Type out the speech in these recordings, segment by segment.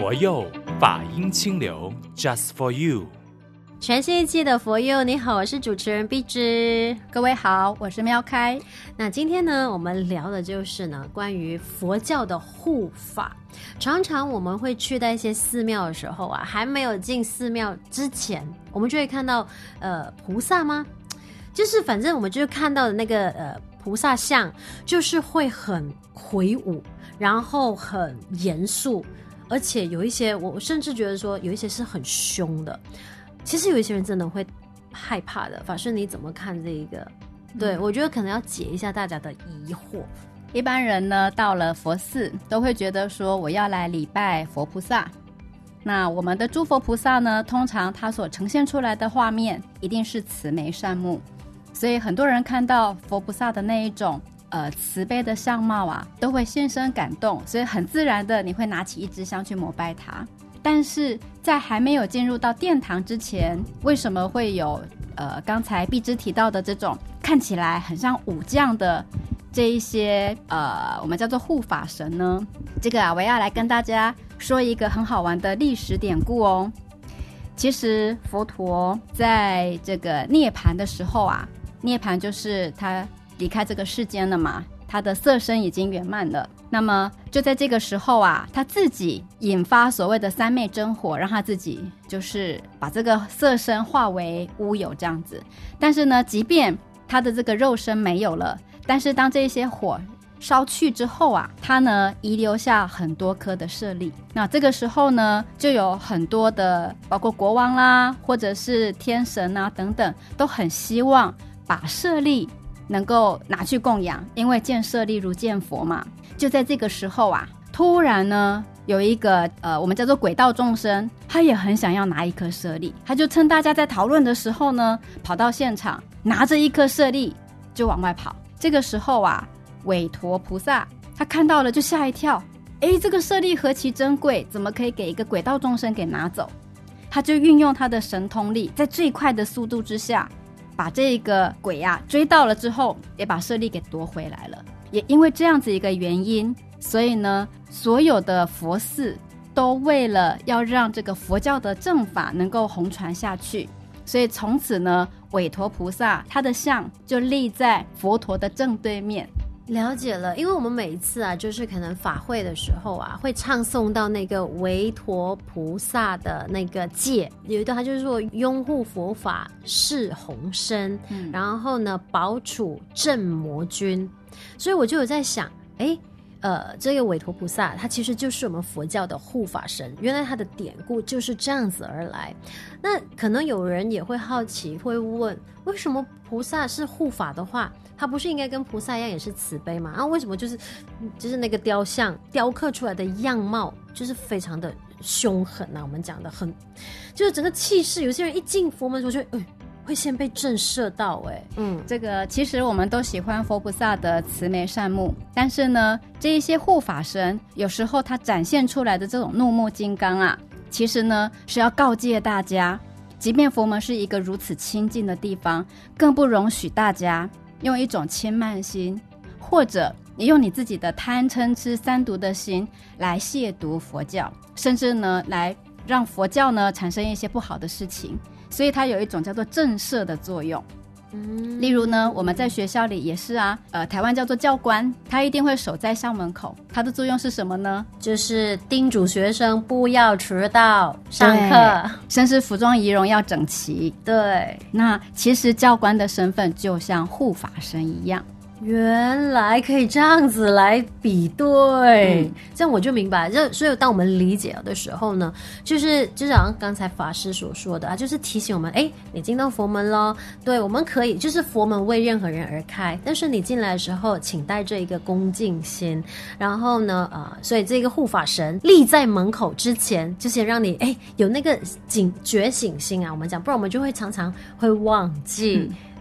佛佑法音清流 Just for you。 全新一期的佛佑，你好，我是主持人碧芝。 各位好，我是喵开。 那今天呢，我们聊的就是呢关于佛教的护法。常常我们会去到一些寺庙的时候啊，还没有进寺庙之前，我们就会看到菩萨吗？就是反正我们就看到的那个菩萨像，就是会很魁梧，然后很严肃，而且有一些我甚至觉得说有一些是很凶的。其实有一些人真的会害怕的。法师你怎么看这一个？对，我觉得可能要解一下大家的疑惑。 一般人呢到了佛寺都会觉得说我要来礼拜佛菩萨。那我们的诸佛菩萨呢，通常他所呈现出来的画面一定是慈眉善目，所以很多人看到佛菩萨的那一种慈悲的相貌啊，都会心生感动，所以很自然的你会拿起一支香去膜拜他。但是在还没有进入到殿堂之前，为什么会有刚才碧芝提到的这种看起来很像武将的这一些我们叫做护法神呢？这个啊，我要来跟大家说一个很好玩的历史典故哦。其实佛陀在这个涅槃的时候啊，涅槃就是他离开这个世间了嘛，他的色身已经圆满了。那么就在这个时候啊，他自己引发所谓的三昧真火，让他自己就是把这个色身化为乌有这样子。但是呢，即便他的这个肉身没有了，但是当这些火烧去之后啊，他呢遗留下很多颗的舍利。那这个时候呢，就有很多的包括国王啦，或者是天神啊等等，都很希望把舍利能够拿去供养，因为见舍利如见佛嘛。就在这个时候啊，突然呢有一个我们叫做鬼道众生，他也很想要拿一颗舍利，他就趁大家在讨论的时候呢，跑到现场拿着一颗舍利就往外跑。这个时候啊，韦陀菩萨他看到了就吓一跳，这个舍利何其珍贵，怎么可以给一个鬼道众生给拿走？他就运用他的神通力，在最快的速度之下把这个鬼啊追到了之后，也把舍利给夺回来了。也因为这样子一个原因，所以呢，所有的佛寺都为了要让这个佛教的正法能够弘传下去，所以从此呢，韦陀菩萨他的像就立在佛陀的正对面。 了解了，因为我们每一次啊，就是可能法会的时候啊，会唱诵到那个韦陀菩萨的那个戒，有一段他就是说拥护佛法是弘身，然后呢保处镇魔君。所以我就有在想，这个韦陀菩萨他其实就是我们佛教的护法神，原来他的典故就是这样子而来。那可能有人也会好奇，会问为什么菩萨是护法的话，他不是应该跟菩萨一样也是慈悲吗？为什么就是那个雕像雕刻出来的样貌就是非常的凶狠啊？我们讲的很就是整个气势，有些人一进佛门的时候就会先被震慑到。 这个其实我们都喜欢佛菩萨的慈眉善目，但是呢，这一些护法神有时候他展现出来的这种怒目金刚啊，其实呢是要告诫大家，即便佛门是一个如此清净的地方，更不容许大家用一种轻慢心，或者你用你自己的贪嗔痴三毒的心来亵渎佛教，甚至呢来让佛教呢产生一些不好的事情。所以它有一种叫做震慑的作用。例如呢，我们在学校里也是啊，台湾叫做教官，他一定会守在校门口，他的作用是什么呢？ 就是叮嘱学生不要迟到上课， 甚至服装仪容要整齐。 对， 那其实教官的身份就像护法神一样。 原来可以这样子来比对，这样我就明白。所以当我们理解的时候呢，就是好像刚才法师所说的啊，就是提醒我们，你进到佛门咯，对，我们可以，就是佛门为任何人而开，但是你进来的时候，请带着一个恭敬心。然后呢，所以这个护法神立在门口之前，就先让你有那个觉醒心啊。我们讲，不然我们就会常常会忘记。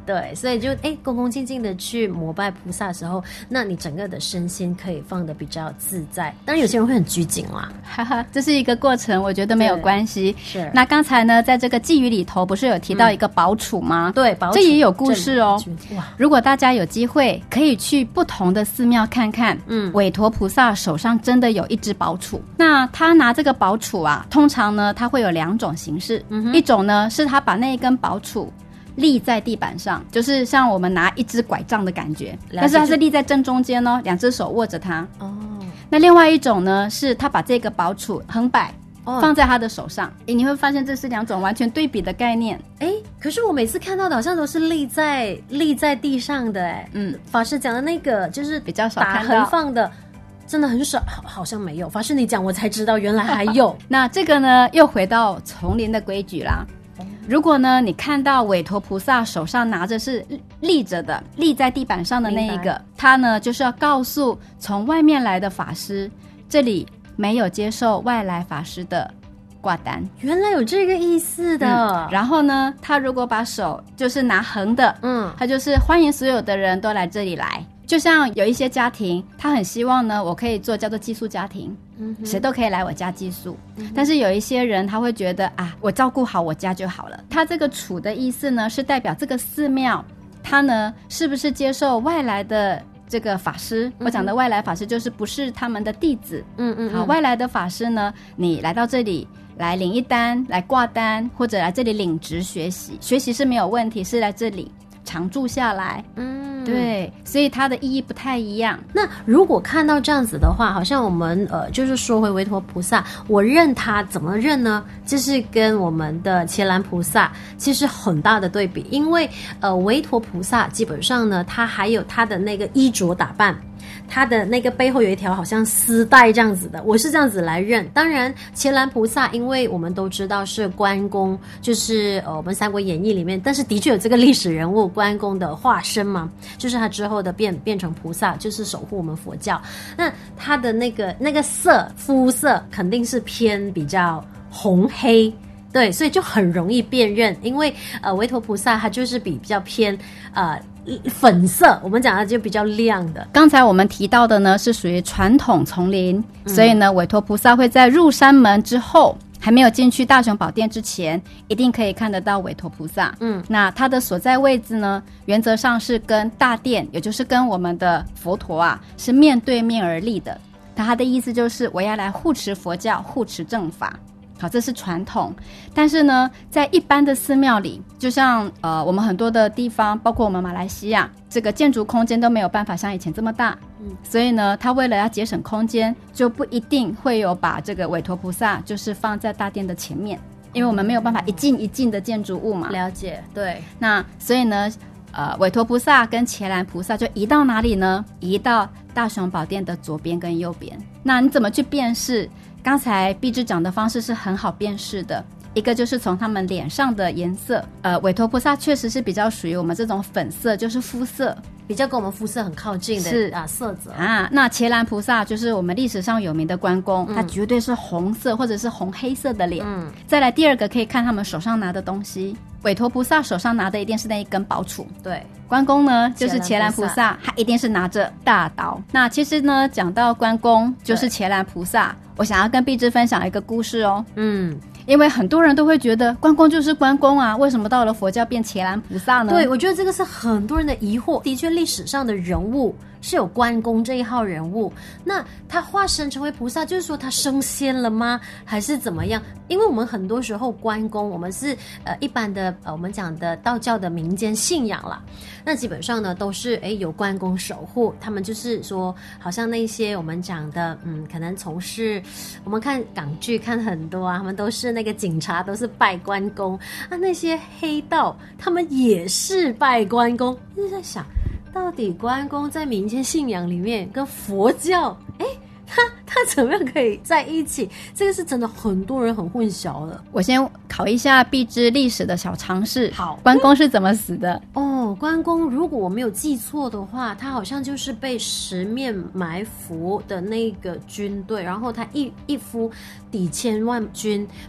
对，所以就恭恭敬敬的去膜拜菩萨的时候，那你整个的身心可以放得比较自在。当然有些人会很拘谨啦， 哈哈，这是一个过程，我觉得没有关系。 是。 那刚才呢，在这个寄语里头不是有提到一个宝杵吗？ 对，宝杵这也有故事哦。 哇， 如果大家有机会可以去不同的寺庙看看，韦陀菩萨手上真的有一只宝杵。那他拿这个宝杵啊，通常呢他会有2种形式，一种呢是他把那一根宝杵立在地板上，就是像我们拿一只拐杖的感觉，但是它是立在正中间哦，2只手握着它。哦。那另外一种呢，是他把这个宝杵横摆。放在他的手上，你会发现这是2种完全对比的概念。 可是我每次看到的好像都是立在地上的。法师讲的那个就是比较少看到打横放的，真的很少，好像没有。法师你讲我才知道原来还有。 那这个呢，又回到丛林的规矩啦。如果呢，你看到韦陀菩萨手上拿着是立着的，立在地板上的那一个，他呢就是要告诉从外面来的法师，这里没有接受外来法师的挂单。 原来有这个意思的。 然后呢，他如果把手就是拿横的，他就是欢迎所有的人都来这里来。就像有一些家庭，他很希望呢，我可以做叫做寄宿家庭，谁都可以来我家寄宿。但是有一些人他会觉得啊，我照顾好我家就好了。他这个处的意思呢，是代表这个寺庙，他呢是不是接受外来的这个法师，我讲的外来法师就是不是他们的弟子。好，外来的法师呢，你来到这里来领一单，来挂单，或者来这里领职学习，学习是没有问题，是来这里常住下来。对，所以它的意义不太一样。 那如果看到这样子的话，好像我们就是说回韦陀菩萨，我认他怎么认呢？就是跟我们的伽蓝菩萨其实很大的对比，因为韦陀菩萨基本上呢，他还有他的那个衣着打扮。他的那个背后有一条好像丝带这样子的，我是这样子来认。当然伽蓝菩萨因为我们都知道是关公，就是我们三国演义里面，但是的确有这个历史人物关公的化身嘛，就是他之后的变成菩萨，就是守护我们佛教。那他的那个肤色肯定是偏比较红黑，对，所以就很容易辨认。因为韦陀菩萨他就是比较偏粉色，我们讲的就比较亮的。 刚才我们提到的呢是属于传统丛林，所以呢韦陀菩萨会在入山门之后，还没有进去大雄宝殿之前，一定可以看得到韦陀菩萨。那他的所在位置呢，原则上是跟大殿，也就是跟我们的佛陀啊是面对面而立的。那他的意思就是我要来护持佛教，护持正法。好，这是传统。但是呢，在一般的寺庙里，就像我们很多的地方，包括我们马来西亚，这个建筑空间都没有办法像以前这么大。所以呢，他为了要节省空间，就不一定会有把这个韦陀菩萨就是放在大殿的前面，因为我们没有办法一进一进的建筑物嘛。 了解，对。 那所以呢，韦陀菩萨跟伽蓝菩萨就移到哪里呢？移到大雄宝殿的左边跟右边。那你怎么去辨识？刚才碧芝讲的方式是很好辨识的，一个就是从他们脸上的颜色，韦陀菩萨确实是比较属于我们这种粉色，就是肤色比较跟我们肤色很靠近的是色泽啊。那伽蓝菩萨就是我们历史上有名的关公，他绝对是红色或者是红黑色的脸。再来第二个可以看他们手上拿的东西，韦陀菩萨手上拿的一定是那一根宝杵， 对。 关公呢就是伽蓝菩萨，他一定是拿着大刀。那其实呢，讲到关公就是伽蓝菩萨，我想要跟碧芝分享一个故事哦。因为很多人都会觉得关公就是关公啊，为什么到了佛教变伽蓝菩萨呢？ 对，我觉得这个是很多人的疑惑。的确历史上的人物是有关公这一号人物，那他化身成为菩萨，就是说他升仙了吗？还是怎么样？因为我们很多时候关公，我们是一般的我们讲的道教的民间信仰啦，那基本上呢都是有关公守护，他们就是说好像那些我们讲的可能从事我们看港剧看很多啊，他们都是那个警察都是拜关公啊，那些黑道他们也是拜关公。就是在想到底关公在民间信仰里面跟佛教他怎么样可以在一起？这个是真的很多人很混淆的。 我先考一下碧芝历史的小常识。 好， 关公是怎么死的？ 关公如果我没有记错的话，他好像就是被十面埋伏的那个军队，然后他一夫抵千万军马，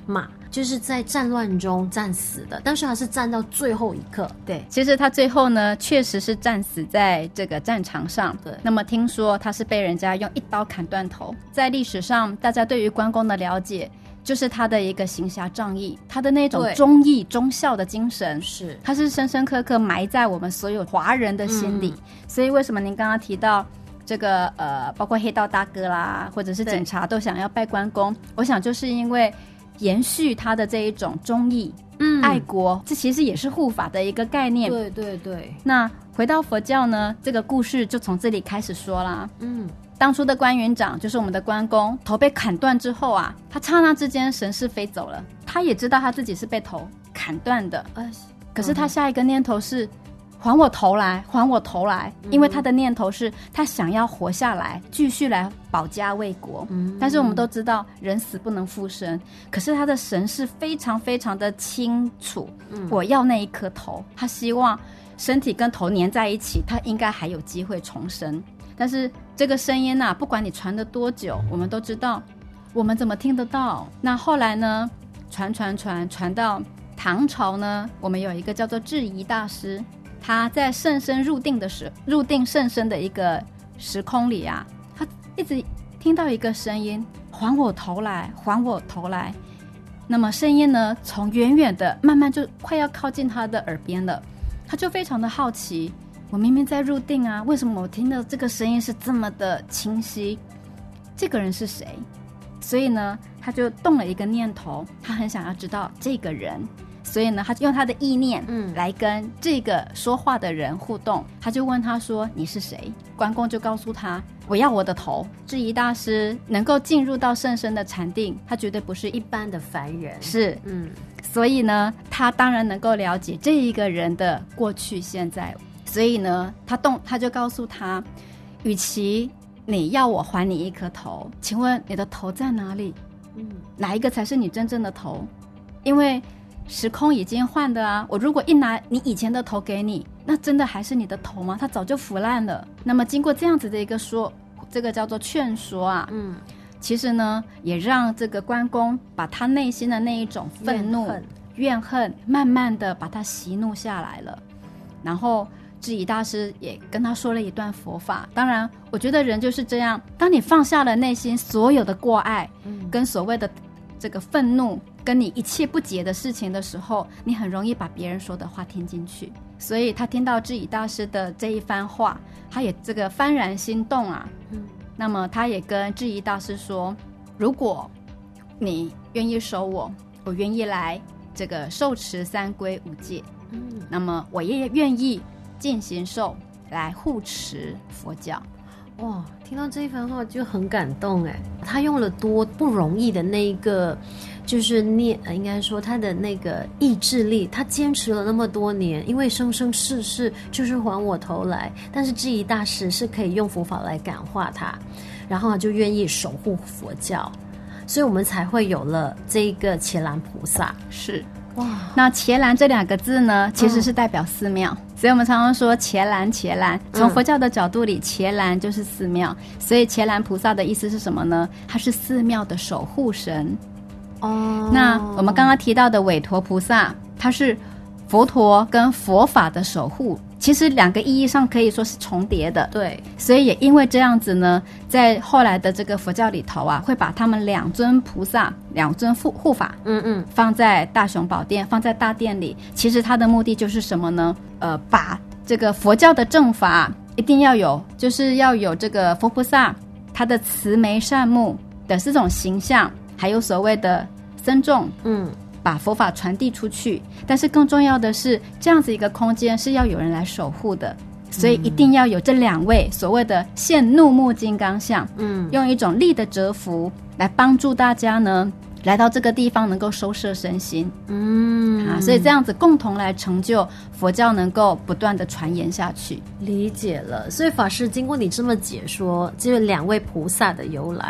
就是在战乱中战死的，但是他是战到最后一刻。 对，其实他最后呢，确实是战死在这个战场上。 对， 那么听说他是被人家用一刀砍断头。在历史上，大家对于关公的了解，就是他的一个行侠仗义，他的那种忠义忠孝的精神， 是他是深深刻刻埋在我们所有华人的心里。所以为什么您刚刚提到这个包括黑道大哥啦，或者是警察都想要拜关公，我想就是因为延续他的这一种忠义、爱国，这其实也是护法的一个概念。 对对对。 那回到佛教呢，这个故事就从这里开始说啦。当初的关云长就是我们的关公，头被砍断之后啊，他刹那之间神识飞走了，他也知道他自己是被头砍断的，可是他下一个念头是还我头来，还我头来，因为他的念头是他想要活下来，继续来保家卫国。但是我们都知道人死不能复生，可是他的神是非常非常的清楚，我要那一颗头，他希望身体跟头粘在一起，他应该还有机会重生。但是这个声音啊，不管你传了多久，我们都知道我们怎么听得到。那后来呢，传到唐朝呢，我们有一个叫做智疑大师，他在圣身入定圣身的一个时空里啊，他一直听到一个声音，还我头来，还我头来。那么声音呢，从远远的慢慢就快要靠近他的耳边了，他就非常的好奇，我明明在入定啊，为什么我听到这个声音是这么的清晰？这个人是谁？所以呢，他就动了一个念头，他很想要知道这个人。所以呢，他用他的意念来跟这个说话的人互动。他就问他说：“你是谁？”关公就告诉他：“我要我的头。”智疑大师能够进入到圣身的禅定，他绝对不是一般的凡人， 是所以呢，他当然能够了解这一个人的过去现在。所以呢，他就告诉他：“与其你要我还你一颗头，请问你的头在哪里？哪一个才是你真正的头？因为时空已经换的啊，我如果一拿你以前的头给你，那真的还是你的头吗？它早就腐烂了。那么经过这样子的一个说，这个叫做劝说啊，其实呢，也让这个关公把他内心的那一种愤怒、怨恨，慢慢的把他息怒下来了。然后智疑大师也跟他说了一段佛法。当然，我觉得人就是这样，当你放下了内心所有的过爱，跟所谓的这个愤怒，跟你一切不解的事情的时候，你很容易把别人说的话听进去。所以他听到智疑大师的这一番话，他也这个幡然心动啊。那么他也跟智疑大师说，如果你愿意收我，我愿意来这个受持三皈五戒，那么我也愿意进行受来护持佛教。 哇，听到这一番话就很感动哎！他用了多不容易的那一个，就是应该说他的那个意志力，他坚持了那么多年，因为生生世世就是还我头来。但是智疑大师是可以用佛法来感化他，然后他就愿意守护佛教，所以我们才会有了这个伽蓝菩萨。 是。哇，那伽蓝这两个字呢，其实是代表寺庙，所以我们常常说伽蓝伽蓝。从佛教的角度里，伽蓝就是寺庙，所以伽蓝菩萨的意思是什么呢？他是寺庙的守护神。那我们刚刚提到的韦陀菩萨，他是佛陀跟佛法的守护，其实两个意义上可以说是重叠的。 对， 所以也因为这样子呢，在后来的这个佛教里头啊，会把他们两尊菩萨、两尊护法，放在大雄宝殿，放在大殿里。其实它的目的就是什么呢？把这个佛教的正法一定要有，就是要有这个佛菩萨他的慈眉善目的这种形象，还有所谓的僧众，把佛法传递出去。但是更重要的是，这样子一个空间是要有人来守护的，所以一定要有这两位所谓的现怒目金刚相，用一种力的折服来帮助大家呢来到这个地方能够收摄身心，所以这样子共同来成就佛教能够不断的传言下去。 理解了。所以法师经过你这么解说，这两位菩萨的由来，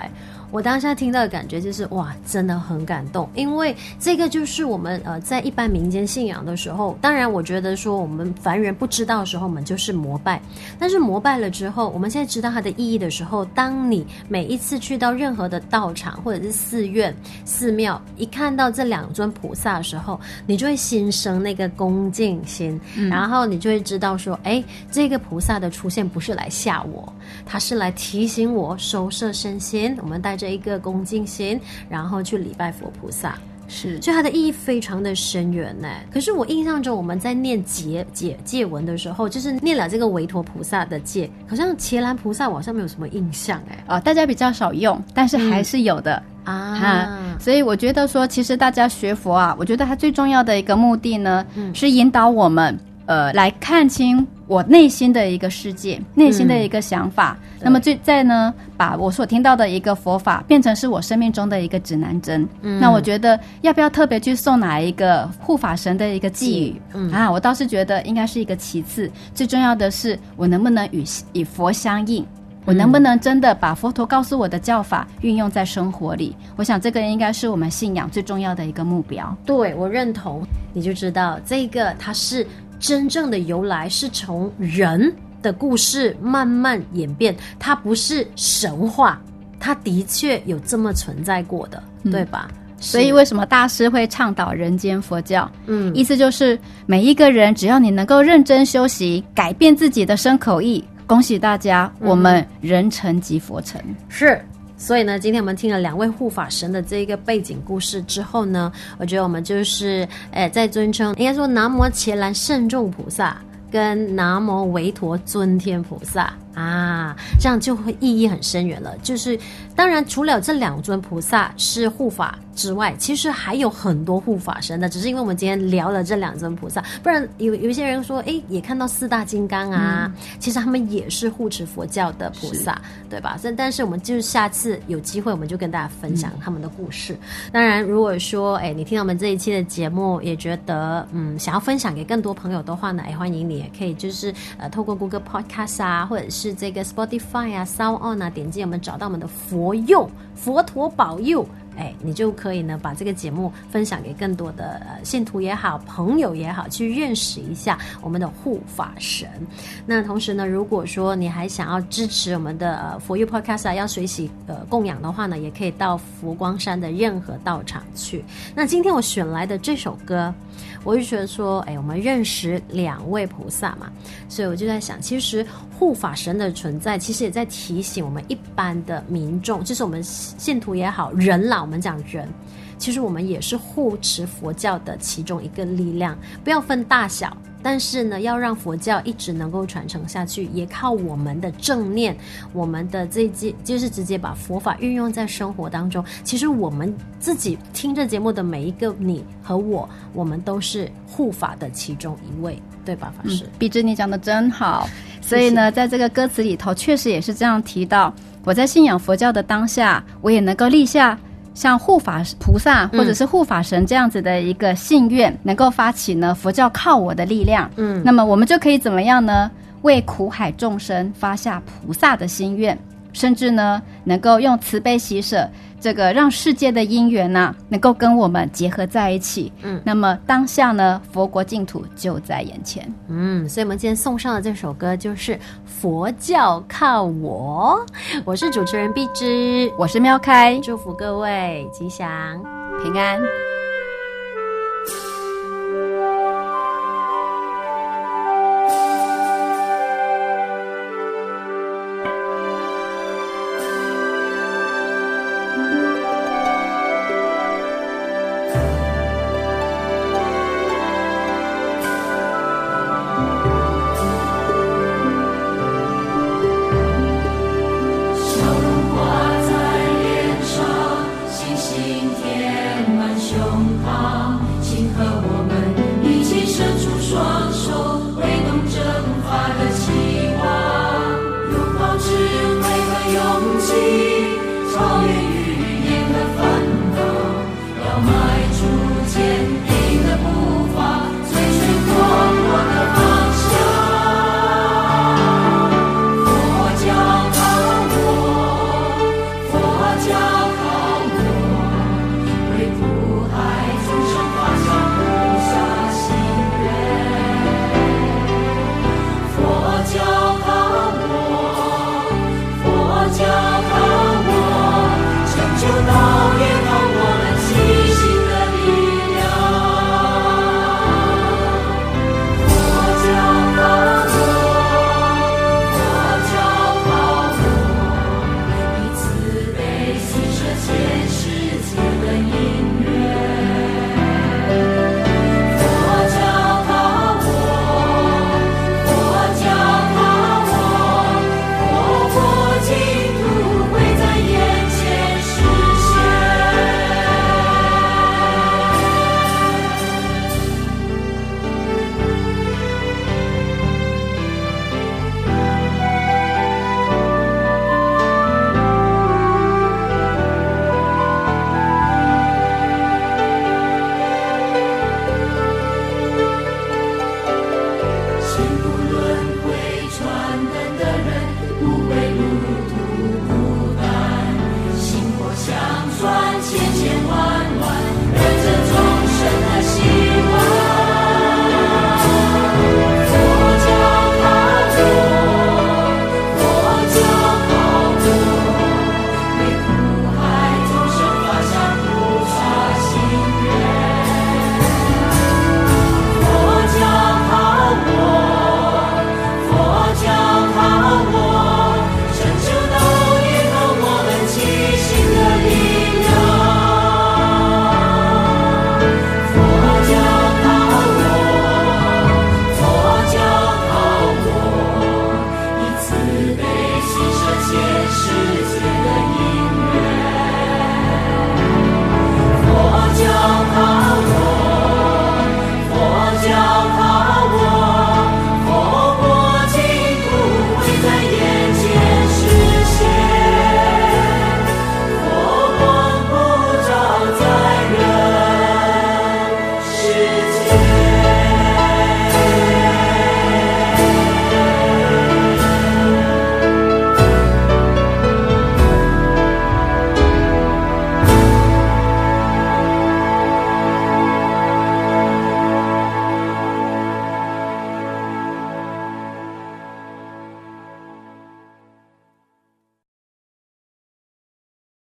我当下听到的感觉就是哇，真的很感动，因为这个就是我们在一般民间信仰的时候，当然我觉得说我们凡人不知道的时候，我们就是膜拜，但是膜拜了之后，我们现在知道它的意义的时候，当你每一次去到任何的道场或者是寺院、寺庙，一看到这2尊菩萨的时候，你就会心生那个恭敬心，然后你就会知道说，哎，这个菩萨的出现不是来吓我，他是来提醒我收摄身心，我们带着一个恭敬心，然后去礼拜佛菩萨。 是， 所以它的意义非常的深远呢。可是我印象中，我们在念戒文的时候，就是念了这个维陀菩萨的戒，好像伽蓝菩萨我好像没有什么印象哎。 大家比较少用，但是还是有的。所以我觉得说，其实大家学佛啊，我觉得它最重要的一个目的呢，是引导我们来看清我内心的一个世界，内心的一个想法。那么再呢，把我所听到的一个佛法变成是我生命中的一个指南针。那我觉得要不要特别去诵哪一个护法神的一个寄语我倒是觉得应该是一个其次，最重要的是我能不能与佛相应。我能不能真的把佛陀告诉我的教法运用在生活里？我想这个应该是我们信仰最重要的一个目标。 对，我认同。你就知道这个它是真正的由来是从人的故事慢慢演变，它不是神话，它的确有这么存在过的，对吧？ 所以为什么大师会倡导人间佛教？意思就是每一个人只要你能够认真修习，改变自己的身口意，恭喜大家，我们人成即佛成。 是。所以呢，今天我们听了2位护法神的这个背景故事之后呢，我觉得我们就是在尊称，应该说南无伽蓝圣众菩萨跟南无维陀尊天菩萨这样就会意义很深远了。就是当然除了这2尊菩萨是护法之外，其实还有很多护法神的，只是因为我们今天聊了这2尊菩萨，不然有一些人说也看到4大金刚其实他们也是护持佛教的菩萨，对吧？但是我们就是下次有机会我们就跟大家分享他们的故事。当然如果说你听到我们这一期的节目也觉得想要分享给更多朋友的话呢，欢迎你也可以就是透过 Google Podcast 或者是这个 Spotify Sound On 点击我们找到我们的佛佑佛陀保佑，你就可以呢把这个节目分享给更多的信徒也好，朋友也好，去认识一下我们的护法神。那同时呢，如果说你还想要支持我们的佛佑 Podcast 要随喜供养的话呢，也可以到佛光山的任何道场去。那今天我选来的这首歌，我就觉得说我们认识2位菩萨嘛，所以我就在想，其实护法神的存在其实也在提醒我们一般的民众，就是我们信徒也好，人啦，我们讲人，其实我们也是护持佛教的其中一个力量，不要分大小，但是呢，要让佛教一直能够传承下去，也靠我们的正念，我们的就是直接把佛法运用在生活当中。其实我们自己听着节目的每一个你和我们都是护法的其中一位，对吧，法师？ 碧芝你讲的真好。所以呢，在这个歌词里头确实也是这样提到，我在信仰佛教的当下，我也能够立下像护法菩萨或者是护法神这样子的一个信愿，能够发起呢佛教靠我的力量。那么我们就可以怎么样呢？为苦海众生发下菩萨的心愿，甚至呢能够用慈悲喜舍，这个让世界的因缘能够跟我们结合在一起。那么当下呢，佛国净土就在眼前。 所以我们今天送上的这首歌就是佛教靠我。我是主持人碧芝， 我是妙开， 祝福各位吉祥平安。